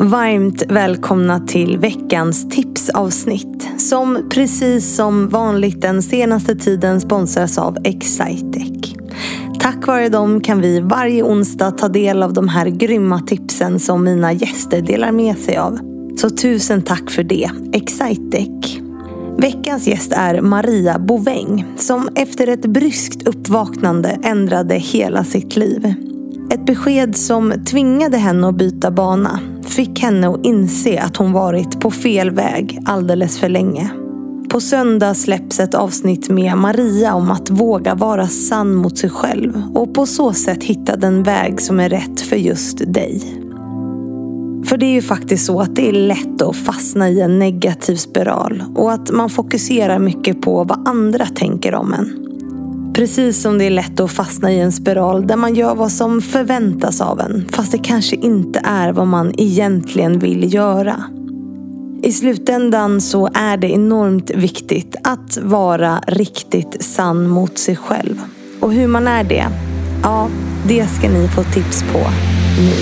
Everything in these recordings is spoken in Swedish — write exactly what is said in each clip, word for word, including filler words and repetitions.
Varmt välkomna till veckans tipsavsnitt som precis som vanligt den senaste tiden sponsras av Excitec. Tack vare dem kan vi varje onsdag ta del av de här grymma tipsen som mina gäster delar med sig av. Så tusen tack för det, Excitec. Veckans gäst är Maria Boväng som efter ett bryskt uppvaknande ändrade hela sitt liv. Ett besked som tvingade henne att byta bana fick henne att inse att hon varit på fel väg alldeles för länge. På söndag släpps ett avsnitt med Maria om att våga vara sann mot sig själv och på så sätt hitta den väg som är rätt för just dig. För det är ju faktiskt så att det är lätt att fastna i en negativ spiral och att man fokuserar mycket på vad andra tänker om en. Precis som det är lätt att fastna i en spiral där man gör vad som förväntas av en, fast det kanske inte är vad man egentligen vill göra. I slutändan så är det enormt viktigt att vara riktigt sann mot sig själv. Och hur man är det, ja, det ska ni få tips på nu.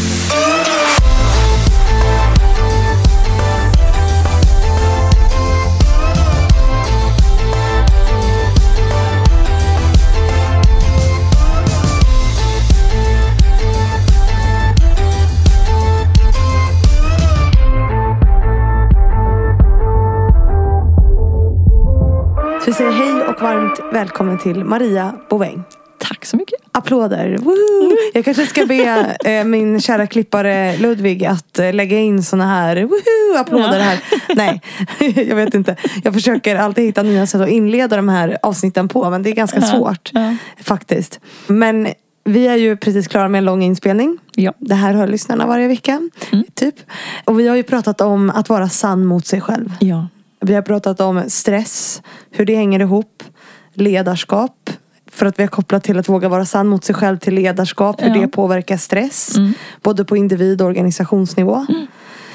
Så vi säger hej och varmt välkommen till Maria Boväng. Tack så mycket. Applåder. Woohoo! Jag kanske ska be eh, min kära klippare Ludvig att eh, lägga in såna här woohoo, applåder här. Ja. Nej, jag vet inte. Jag försöker alltid hitta nya sätt att inleda de här avsnitten på, men det är ganska ja. svårt ja. faktiskt. Men vi är ju precis klara med en lång inspelning. Ja. Det här hör lyssnarna varje vecka, mm. typ. Och vi har ju pratat om att vara sann mot sig själv. Ja. Vi har pratat om stress, hur det hänger ihop, ledarskap. För att vi har kopplat till att våga vara sann mot sig själv till ledarskap. Hur ja. det påverkar stress. Mm. Både på individ- och organisationsnivå. Mm.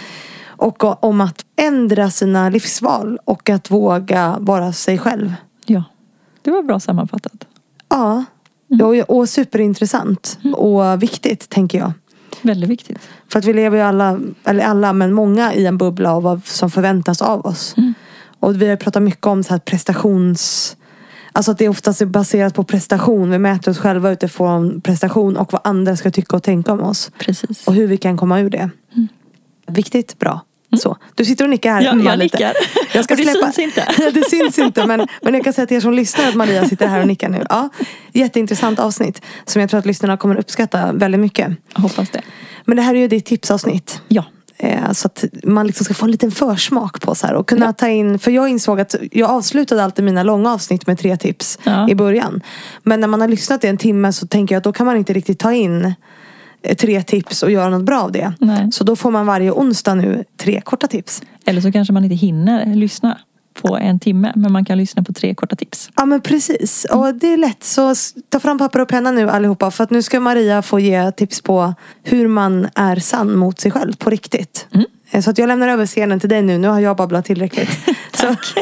Och om att ändra sina livsval. Och att våga vara sig själv. Ja, det var bra sammanfattat. Ja, mm. och, och superintressant. Mm. Och viktigt, tänker jag. Väldigt viktigt. För att vi lever ju alla, eller alla, men många i en bubbla av vad som förväntas av oss. Mm. Och vi har pratat mycket om så här prestations... Alltså att det oftast är baserat på prestation. Vi mäter oss själva utifrån prestation och vad andra ska tycka och tänka om oss. Precis. Och hur vi kan komma ur det. Mm. Viktigt, bra. Mm. Så. Du sitter och nickar här. Ja, jag lite. nickar. Jag ska och det släppa... syns inte. Det syns inte, men, men jag kan säga till er som lyssnar att Maria sitter här och nickar nu. Ja, jätteintressant avsnitt. Som jag tror att lyssnarna kommer uppskatta väldigt mycket. Jag hoppas det. Men det här är ju ditt tipsavsnitt. Ja. Så att man liksom ska få en liten försmak på så här. Och kunna ja. ta in, för jag insåg att jag avslutade alltid mina långa avsnitt med tre tips ja. i början. Men när man har lyssnat i en timme så tänker jag att då kan man inte riktigt ta in tre tips och göra något bra av det. Nej. Så då får man varje onsdag nu tre korta tips. Eller så kanske man inte hinner lyssna på en timme, men man kan lyssna på tre korta tips. Ja, men precis. Och det är lätt, så ta fram papper och penna nu allihopa. För att nu ska Maria få ge tips på hur man är sann mot sig själv på riktigt. Mm. Så att jag lämnar över scenen till dig nu. Nu har jag babblat tillräckligt. Tack. Så,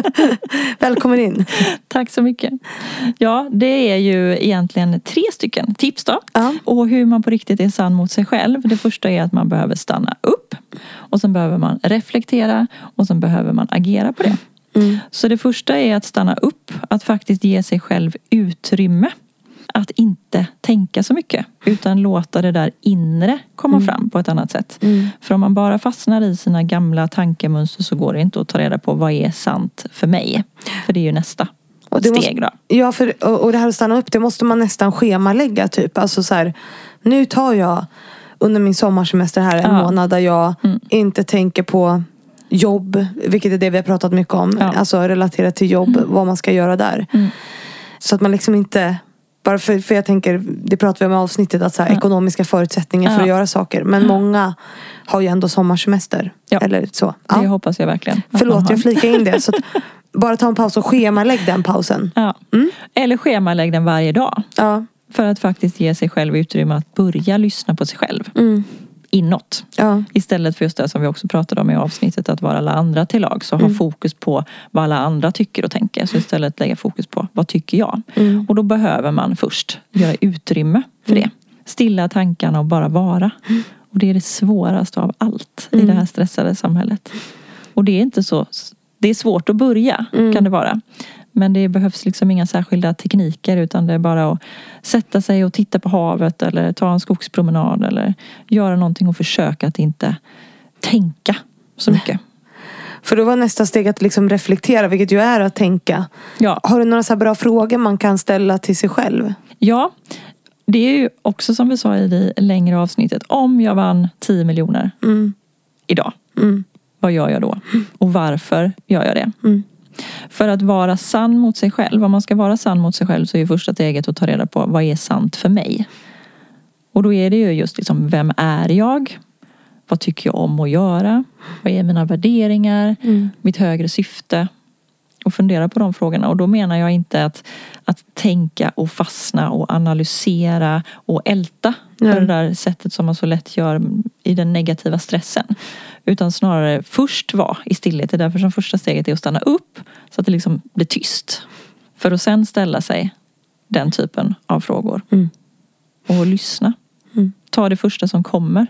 välkommen in. Tack så mycket. Ja, det är ju egentligen tre stycken tips då. Ja. Och hur man på riktigt är sann mot sig själv. Det första är att man behöver stanna upp. Och sen behöver man reflektera. Och sen behöver man agera på det. Mm. Så det första är att stanna upp. Att faktiskt ge sig själv utrymme. Att inte tänka så mycket. Utan låta det där inre komma mm. fram på ett annat sätt. Mm. För om man bara fastnar i sina gamla tankemönster så går det inte att ta reda på vad är sant för mig. För det är ju nästa och steg måste, då. Ja, för, och, och det här att stanna upp, det måste man nästan schemalägga typ. Alltså så här, nu tar jag under min sommarsemester här en ja. månad där jag mm. inte tänker på jobb. Vilket är det vi har pratat mycket om. Ja. Alltså relaterat till jobb, mm. vad man ska göra där. Mm. Så att man liksom inte... Bara för, för jag tänker, det pratar vi om i avsnittet, att så här, ja. ekonomiska förutsättningar för ja. att göra saker. Men ja. många har ju ändå sommarsemester. Ja. Eller så. Ja. Det hoppas jag verkligen. Förlåt, jag flikar in det. Så att, bara ta en paus och schemalägg den pausen. Ja. Mm? Eller schemalägg den varje dag. Ja. För att faktiskt ge sig själv utrymme att börja lyssna på sig själv. Mm. Inåt. Ja. Istället för just det som vi också pratade om i avsnittet, att vara alla andra till lag. Så mm. ha fokus på vad alla andra tycker och tänker. Så istället lägga fokus på vad tycker jag. Mm. Och då behöver man först göra utrymme för mm. det. Stilla tankarna och bara vara. Mm. Och det är det svåraste av allt Mm. i det här stressade samhället. Och det är inte så... Det är svårt att börja, mm. kan det vara. Men det behövs liksom inga särskilda tekniker, utan det är bara att sätta sig och titta på havet eller ta en skogspromenad eller göra någonting och försöka att inte tänka så mycket. För då var nästa steg att liksom reflektera, vilket ju är att tänka. Ja. Har du några så här bra frågor man kan ställa till sig själv? Ja, det är ju också som vi sa i det längre avsnittet. Om jag vann tio miljoner mm. idag, mm. vad gör jag då? Och varför gör jag det? Mm. För att vara sann mot sig själv. Om man ska vara sann mot sig själv så är ju första steget att ta reda på vad är sant för mig. Och då är det ju just liksom, vem är jag? Vad tycker jag om att göra? Vad är mina värderingar? Mm. Mitt högre syfte? Och fundera på de frågorna. Och då menar jag inte att, att tänka och fastna och analysera och älta på mm. det där sättet som man så lätt gör i den negativa stressen. Utan snarare först vara i stillhet. Det är därför som första steget är att stanna upp så att det liksom blir tyst. För att sen ställa sig den typen av frågor. Mm. Och lyssna. Mm. Ta det första som kommer.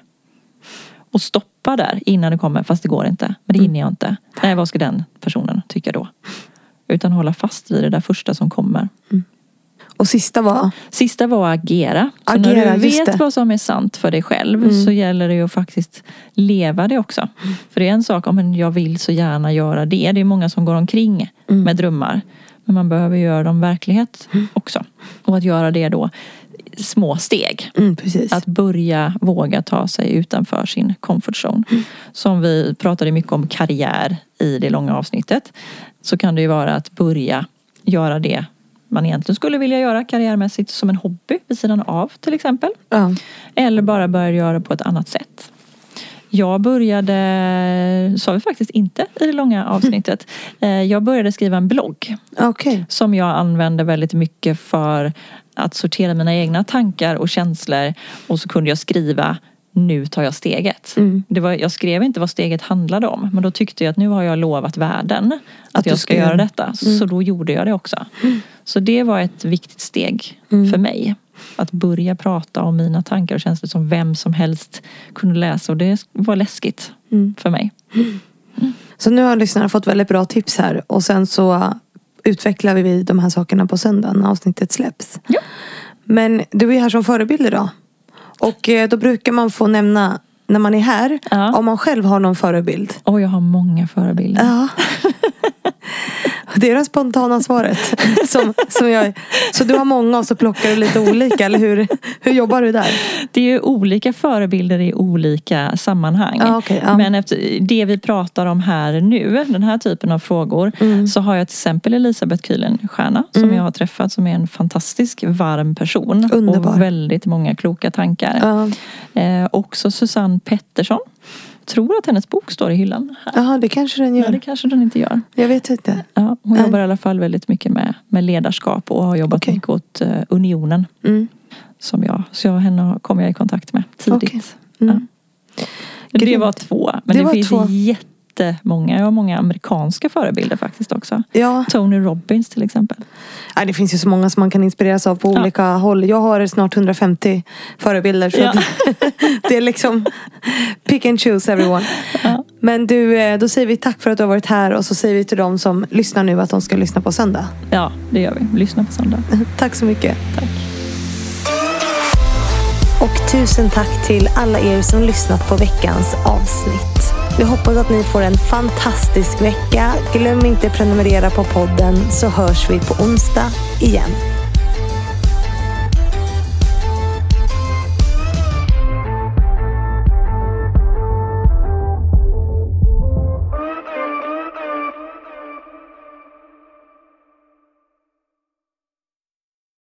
Och stoppa där innan det kommer. Fast det går inte. Men det hinner jag inte. Nej, vad ska den personen tycka då? Utan hålla fast vid det där första som kommer. Mm. Och sista var? Sista var att agera. Så agera, när du vet vad som är sant för dig själv. Mm. Så gäller det ju att faktiskt leva det också. Mm. För det är en sak om jag vill så gärna göra det. Det är många som går omkring mm. med drömmar. Men man behöver göra dem verklighet mm. också. Och att göra det då små steg. Mm, precis. Att börja våga ta sig utanför sin comfort zone. Mm. Som vi pratade mycket om karriär i det långa avsnittet. Så kan det ju vara att börja göra det man egentligen skulle vilja göra karriärmässigt som en hobby vid sidan av till exempel. Ja. Eller bara börja göra på ett annat sätt. Jag började, sa vi faktiskt inte i det långa avsnittet. Jag började skriva en blogg. Okay. Som jag använde väldigt mycket för att sortera mina egna tankar och känslor. Och så kunde jag skriva, nu tar jag steget. Mm. Det var, jag skrev inte vad steget handlade om. Men då tyckte jag att nu har jag lovat världen att, att jag ska, ska göra detta. Mm. Så då gjorde jag det också. Mm. Så det var ett viktigt steg mm. för mig. Att börja prata om mina tankar och känslor som vem som helst kunde läsa. Och det var läskigt mm. för mig. Mm. Så nu har lyssnarna fått väldigt bra tips här. Och sen så utvecklar vi de här sakerna på söndag när avsnittet släpps. Ja. Men du är här som förebild idag. Och då brukar man få nämna när man är här ja. Om man själv har någon förebild. Och jag har många förebilder. Ja. Det är det spontana svaret. Som, som jag, så du har många och så plockar du lite olika. Eller hur, hur jobbar du där? Det är ju olika förebilder i olika sammanhang. Ja, okay, ja. Men efter det vi pratar om här nu, den här typen av frågor. Mm. Så har jag till exempel Elisabeth Kühlenstierna. Som mm. jag har träffat, som är en fantastisk varm person. Underbar. Och väldigt många kloka tankar. Ja. Eh, också Susanne Pettersson. Tror att hennes bok står i hyllan här. Ja, det kanske den gör. Ja, det kanske den inte gör. Jag vet inte. Ja, hon mm. jobbar i alla fall väldigt mycket med, med ledarskap och har jobbat okay. mycket åt uh, Unionen. Mm. Som jag, så jag, henne kom jag i kontakt med tidigt. Okay. Mm. Ja. Det var två. Men det, det finns två. jättemånga. Jag har många amerikanska förebilder faktiskt också. Ja. Tony Robbins till exempel. Ja, det finns ju så många som man kan inspireras av på ja. olika håll. Jag har snart hundrafemtio förebilder. Så ja. Det är liksom pick and choose everyone. Ja. Men du, då säger vi tack för att du har varit här. Och så säger vi till dem som lyssnar nu att de ska lyssna på söndag. Ja, det gör vi. Lyssna på söndag. Tack så mycket. Tack. Och tusen tack till alla er som lyssnat på veckans avsnitt. Jag hoppas att ni får en fantastisk vecka. Glöm inte att prenumerera på podden så hörs vi på onsdag igen.